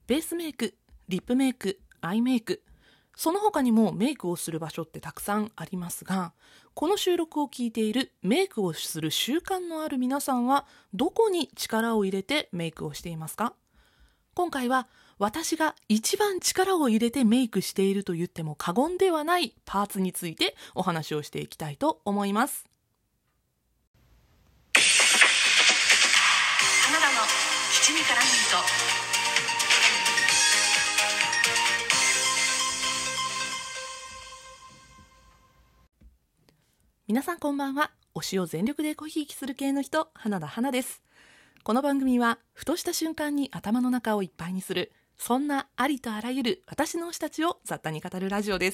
ベースメイク、リップメイク、アイメイク、その他にもメイクをする場所ってたくさんありますが、この収録を聞いているメイクをする習慣のある皆さんはどこに力を入れてメイクをしていますか？今回は私が一番力を入れてメイクしていると言っても過言ではないパーツについてお話をしていきたいと思います。 花田の七味からミート。 皆さんこんばんは。推しを全力でコヒーきする系の人、花田花です。この番組はふとした瞬間に頭の中をいっぱいにする、そんなありとあらゆる私の推したちを雑多に語るラジオです。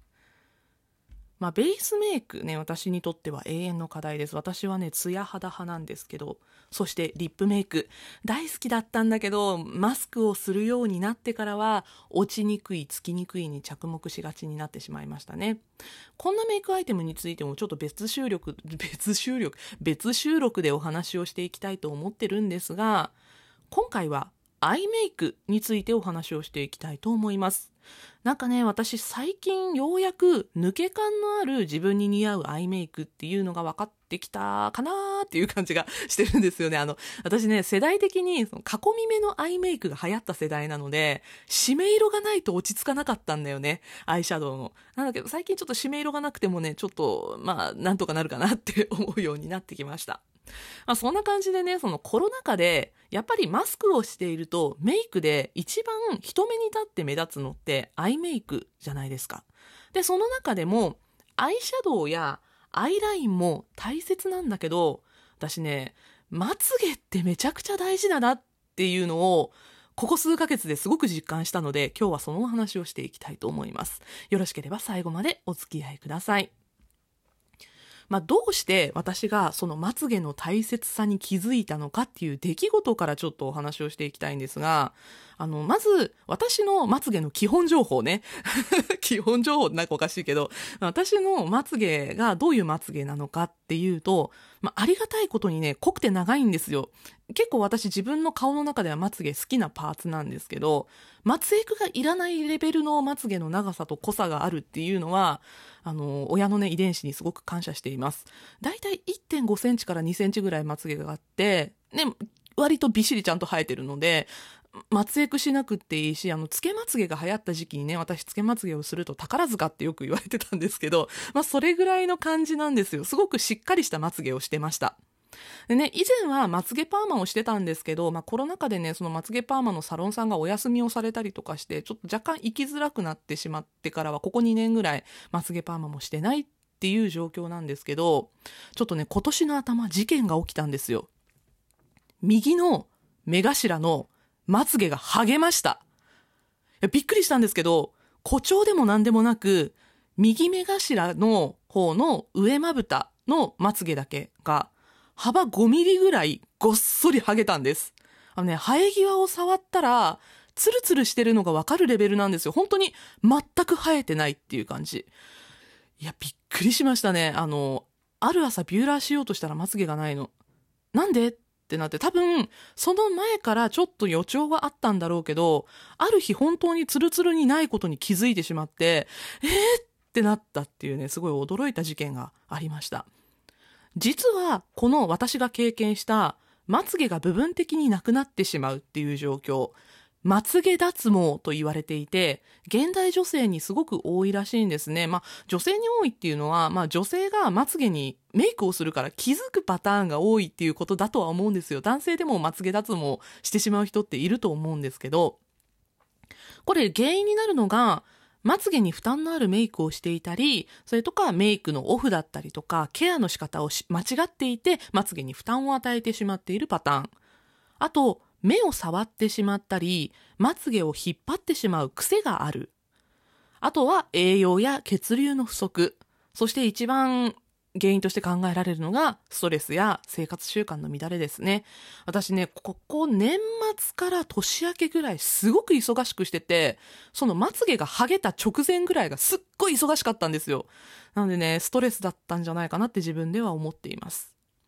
ベースメイクね、私にとっては永遠の課題です。私はね、ツヤ肌派なんですけど、そしてリップメイク大好きだったんだけど、マスクをするようになってからは落ちにくい、つきにくいに着目しがちになってしまいましたね。こんなメイクアイテムについてもちょっと別収録でお話をしていきたいと思ってるんですが、今回はアイメイクについてお話をしていきたいと思います。なんかね、私最近ようやく抜け感のある自分に似合うアイメイクっていうのが分かってきたかなーっていう感じがしてるんですよね。私ね、世代的にその囲み目のアイメイクが流行った世代なので、締め色がないと落ち着かなかったんだよね、アイシャドウの。なんだけど最近ちょっと締め色がなくてもね、ちょっとなんとかなるかなって思うようになってきました。そんな感じでね、そのコロナ禍でやっぱりマスクをしているとメイクで一番人目に立って目立つのってアイメイクじゃないですか。で、その中でもアイシャドウやアイラインも大切なんだけど、私ね、まつげってめちゃくちゃ大事だなっていうのをここ数ヶ月ですごく実感したので、今日はそのお話をしていきたいと思います。よろしければ最後までお付き合いください。どうして私がそのまつげの大切さに気づいたのかっていう出来事からちょっとお話をしていきたいんですが、まず私のまつげの基本情報ね基本情報ってなんかおかしいけど、私のまつげがどういうまつげなのかっていうと、ありがたいことにね、濃くて長いんですよ。結構私自分の顔の中ではまつげ好きなパーツなんですけど、まつエクがいらないレベルのまつげの長さと濃さがあるっていうのは、親のね、遺伝子にすごく感謝しています。だいたい 1.5 センチから2センチぐらいまつげがあって、ね、割とびっしりちゃんと生えてるので、まつエクしなくっていいし、つけまつげが流行った時期にね、私つけまつげをすると宝塚ってよく言われてたんですけど、それぐらいの感じなんですよ。すごくしっかりしたまつげをしてました。でね、以前はまつげパーマをしてたんですけど、コロナ禍でね、そのまつげパーマのサロンさんがお休みをされたりとかして、ちょっと若干行きづらくなってしまってからは、ここ2年ぐらいまつげパーマもしてないっていう状況なんですけど、ちょっとね、今年の頭事件が起きたんですよ。右の目頭のまつげが剥げました。びっくりしたんですけど、誇張でもなんでもなく、右目頭の方の上まぶたのまつげだけが幅5ミリぐらいごっそり剥げたんです。生え際を触ったらツルツルしてるのがわかるレベルなんですよ。本当に全く生えてないっていう感じ。いや、びっくりしましたね。ある朝ビューラーしようとしたらまつげがないの。なんでってなって、多分その前からちょっと予兆はあったんだろうけど、ある日本当にツルツルにないことに気づいてしまって、ってなったっていうね、すごい驚いた事件がありました。実はこの私が経験したまつげが部分的になくなってしまうっていう状況、まつげ脱毛と言われていて、現代女性にすごく多いらしいんですね。女性に多いっていうのは、女性がまつげにメイクをするから気づくパターンが多いっていうことだとは思うんですよ。男性でもまつげ脱毛してしまう人っていると思うんですけど、これ原因になるのが、まつげに負担のあるメイクをしていたり、それとかメイクのオフだったりとか、ケアの仕方を間違っていて、まつげに負担を与えてしまっているパターン。あと、目を触ってしまったり、まつげを引っ張ってしまう癖がある。あとは栄養や血流の不足。そして一番原因として考えられるのがストレスや生活習慣の乱れですね。私ね、ここ年末から年明けぐらいすごく忙しくしてて、そのまつげが剥げた直前ぐらいがすっごい忙しかったんですよ。なのでね、ストレスだったんじゃないかなって自分では思っています。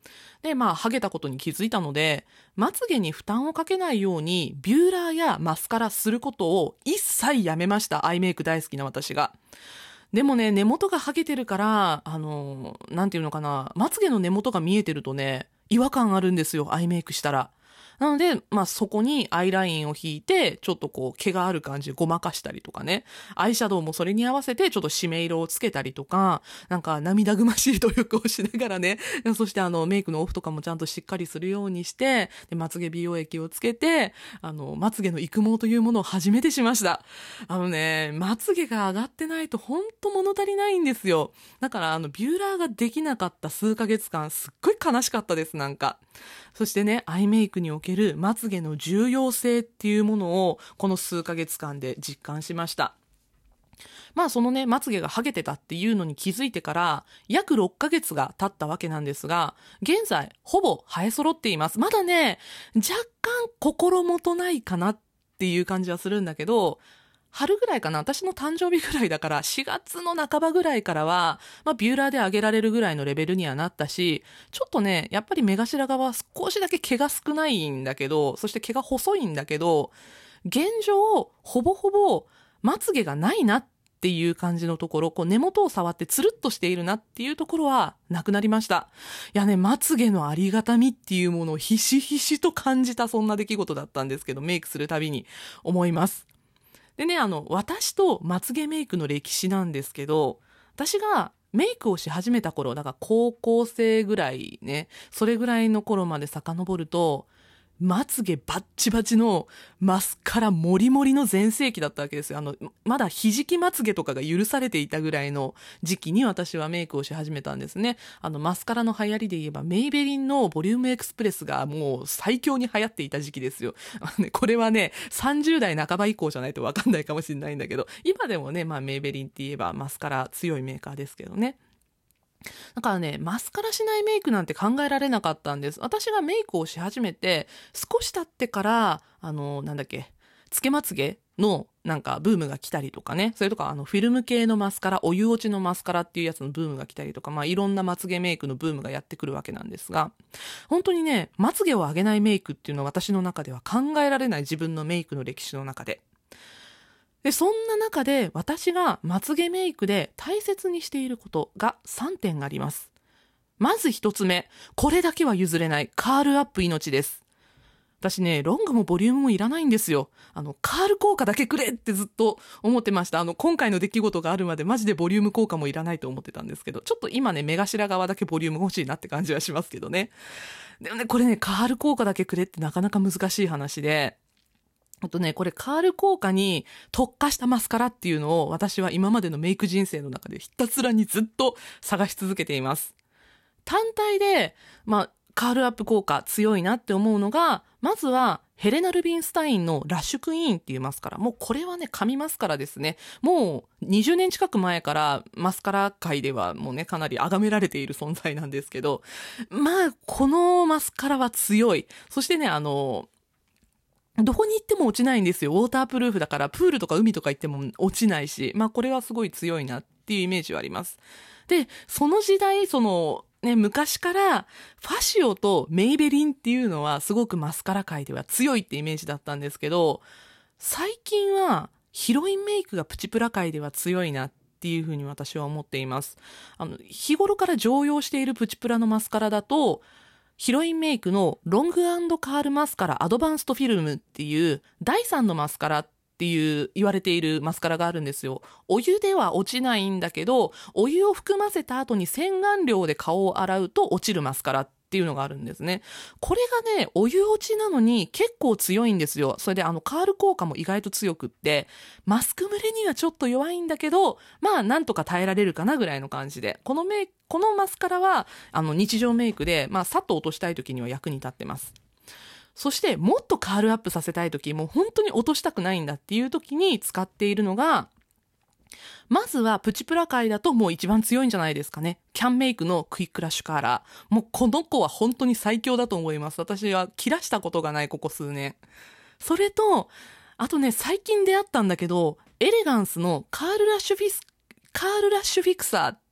で、ハゲたことに気づいたので、まつげに負担をかけないように、ビューラーやマスカラすることを一切やめました。アイメイク大好きな私が。でもね、根元がハゲてるから、なんていうのかな、まつげの根元が見えてるとね、違和感あるんですよ、アイメイクしたら。なので、そこにアイラインを引いて、ちょっと毛がある感じでごまかしたりとかね。アイシャドウもそれに合わせて、ちょっと締め色をつけたりとか、なんか涙ぐましい努力をしながらね。そしてメイクのオフとかもちゃんとしっかりするようにして、で、まつげ美容液をつけて、まつげの育毛というものを初めてしました。まつげが上がってないとほんと物足りないんですよ。だから、ビューラーができなかった数ヶ月間、すっごい悲しかったです、なんか。そしてね、アイメイクにおけるまつげの重要性っていうものをこの数ヶ月間で実感しました。そのね、まつげがハゲてたっていうのに気づいてから約6ヶ月が経ったわけなんですが、現在ほぼ生え揃っています。まだね、若干心もとないかなっていう感じはするんだけど、春ぐらいかな、私の誕生日ぐらいだから4月の半ばぐらいからは、ビューラーで上げられるぐらいのレベルにはなったし、ちょっとね、やっぱり目頭側は少しだけ毛が少ないんだけど、そして毛が細いんだけど、現状、ほぼほぼまつげがないなっていう感じのところ、根元を触ってつるっとしているなっていうところはなくなりました。いやね、まつげのありがたみっていうものをひしひしと感じたそんな出来事だったんですけど、メイクするたびに思います。でね、私とまつげメイクの歴史なんですけど、私がメイクをし始めた頃、だから高校生ぐらいね、それぐらいの頃まで遡ると、まつげバッチバチのマスカラモリモリの全盛期だったわけですよ。まだひじきまつげとかが許されていたぐらいの時期に私はメイクをし始めたんですね。マスカラの流行りで言えばメイベリンのボリュームエクスプレスがもう最強に流行っていた時期ですよ。これはね、30代半ば以降じゃないと分かんないかもしれないんだけど、今でもね、メイベリンって言えばマスカラ強いメーカーですけどね。だからね、マスカラしないメイクなんて考えられなかったんです。私がメイクをし始めて、少し経ってから、つけまつげのなんかブームが来たりとかね、それとかフィルム系のマスカラ、お湯落ちのマスカラっていうやつのブームが来たりとか、いろんなまつげメイクのブームがやってくるわけなんですが、本当にね、まつげを上げないメイクっていうのは私の中では考えられない、自分のメイクの歴史の中で。で、そんな中で私がまつげメイクで大切にしていることが3点あります。まず1つ目、これだけは譲れない、カールアップ命です。私ね、ロングもボリュームもいらないんですよ。カール効果だけくれってずっと思ってました。今回の出来事があるまでマジでボリューム効果もいらないと思ってたんですけど、ちょっと今ね、目頭側だけボリューム欲しいなって感じはしますけどね。でもね、これね、カール効果だけくれってなかなか難しい話で、これカール効果に特化したマスカラっていうのを私は今までのメイク人生の中でひたすらにずっと探し続けています。単体で、カールアップ効果強いなって思うのが、まずはヘレナ・ルビンスタインのラッシュクイーンっていうマスカラ。もうこれはね、神マスカラですね。もう20年近く前からマスカラ界ではもうね、かなり崇められている存在なんですけど、このマスカラは強い。そしてね、どこに行っても落ちないんですよ。ウォータープルーフだから、プールとか海とか行っても落ちないし、これはすごい強いなっていうイメージはあります。で、その時代、昔からファシオとメイベリンっていうのはすごくマスカラ界では強いってイメージだったんですけど、最近はヒロインメイクがプチプラ界では強いなっていうふうに私は思っています。日頃から常用しているプチプラのマスカラだと、ヒロインメイクのロング&カールマスカラアドバンストフィルムっていう第3のマスカラっていう言われているマスカラがあるんですよ。お湯では落ちないんだけど、お湯を含ませた後に洗顔料で顔を洗うと落ちるマスカラっていうのがあるんですね。これがね、お湯落ちなのに結構強いんですよ。それでカール効果も意外と強くって、マスク蒸れにはちょっと弱いんだけど、なんとか耐えられるかなぐらいの感じで。このマスカラは日常メイクで、さっと落としたい時には役に立ってます。そしてもっとカールアップさせたい時、もう本当に落としたくないんだっていう時に使っているのが、まずはプチプラ界だともう一番強いんじゃないですかね。キャンメイクのクイックラッシュカーラー。もうこの子は本当に最強だと思います。私は切らしたことがない、ここ数年。それと、あとね、最近出会ったんだけど、エレガンスのカールラッシュフィクサーっ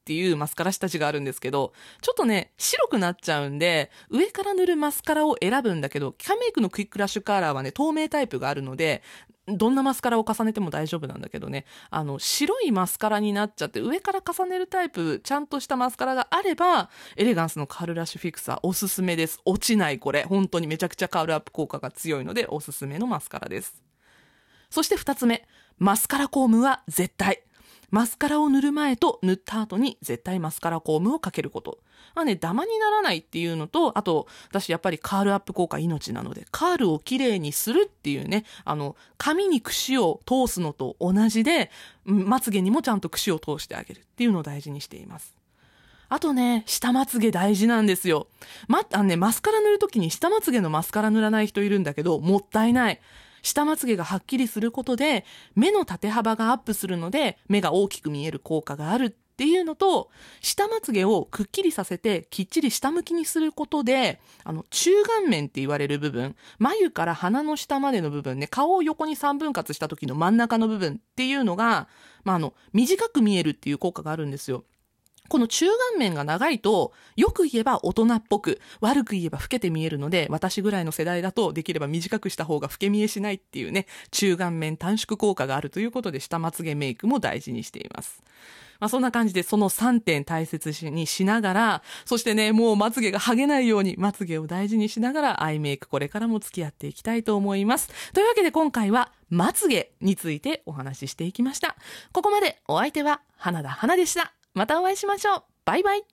っていうマスカラ下地があるんですけど、ちょっとね、白くなっちゃうんで、上から塗るマスカラを選ぶんだけど、キャンメイクのクイックラッシュカラーはね、透明タイプがあるので、どんなマスカラを重ねても大丈夫なんだけどね、白いマスカラになっちゃって、上から重ねるタイプ、ちゃんとしたマスカラがあれば、エレガンスのカールラッシュフィクサーおすすめです。落ちないこれ。本当にめちゃくちゃカールアップ効果が強いので、おすすめのマスカラです。そして2つ目、マスカラコームは絶対。マスカラを塗る前と塗った後に絶対マスカラコームをかけること。まあね、ダマにならないっていうのと、あと、私やっぱりカールアップ効果命なので、カールをきれいにするっていうね、髪に櫛を通すのと同じで、まつげにもちゃんと櫛を通してあげるっていうのを大事にしています。あとね、下まつげ大事なんですよ。マスカラ塗るときに下まつげのマスカラ塗らない人いるんだけど、もったいない。下まつげがはっきりすることで目の縦幅がアップするので目が大きく見える効果があるっていうのと、下まつげをくっきりさせてきっちり下向きにすることで中顔面って言われる部分、眉から鼻の下までの部分ね、顔を横に3分割した時の真ん中の部分っていうのが、短く見えるっていう効果があるんですよ。この中顔面が長いと、よく言えば大人っぽく、悪く言えば老けて見えるので、私ぐらいの世代だとできれば短くした方が老け見えしないっていうね、中顔面短縮効果があるということで、下まつげメイクも大事にしています。そんな感じでその3点大切にしながら、そしてね、もうまつげが剥げないようにまつげを大事にしながらアイメイクこれからも付き合っていきたいと思います。というわけで今回はまつげについてお話ししていきました。ここまでお相手は花田花でした。またお会いしましょう。バイバイ。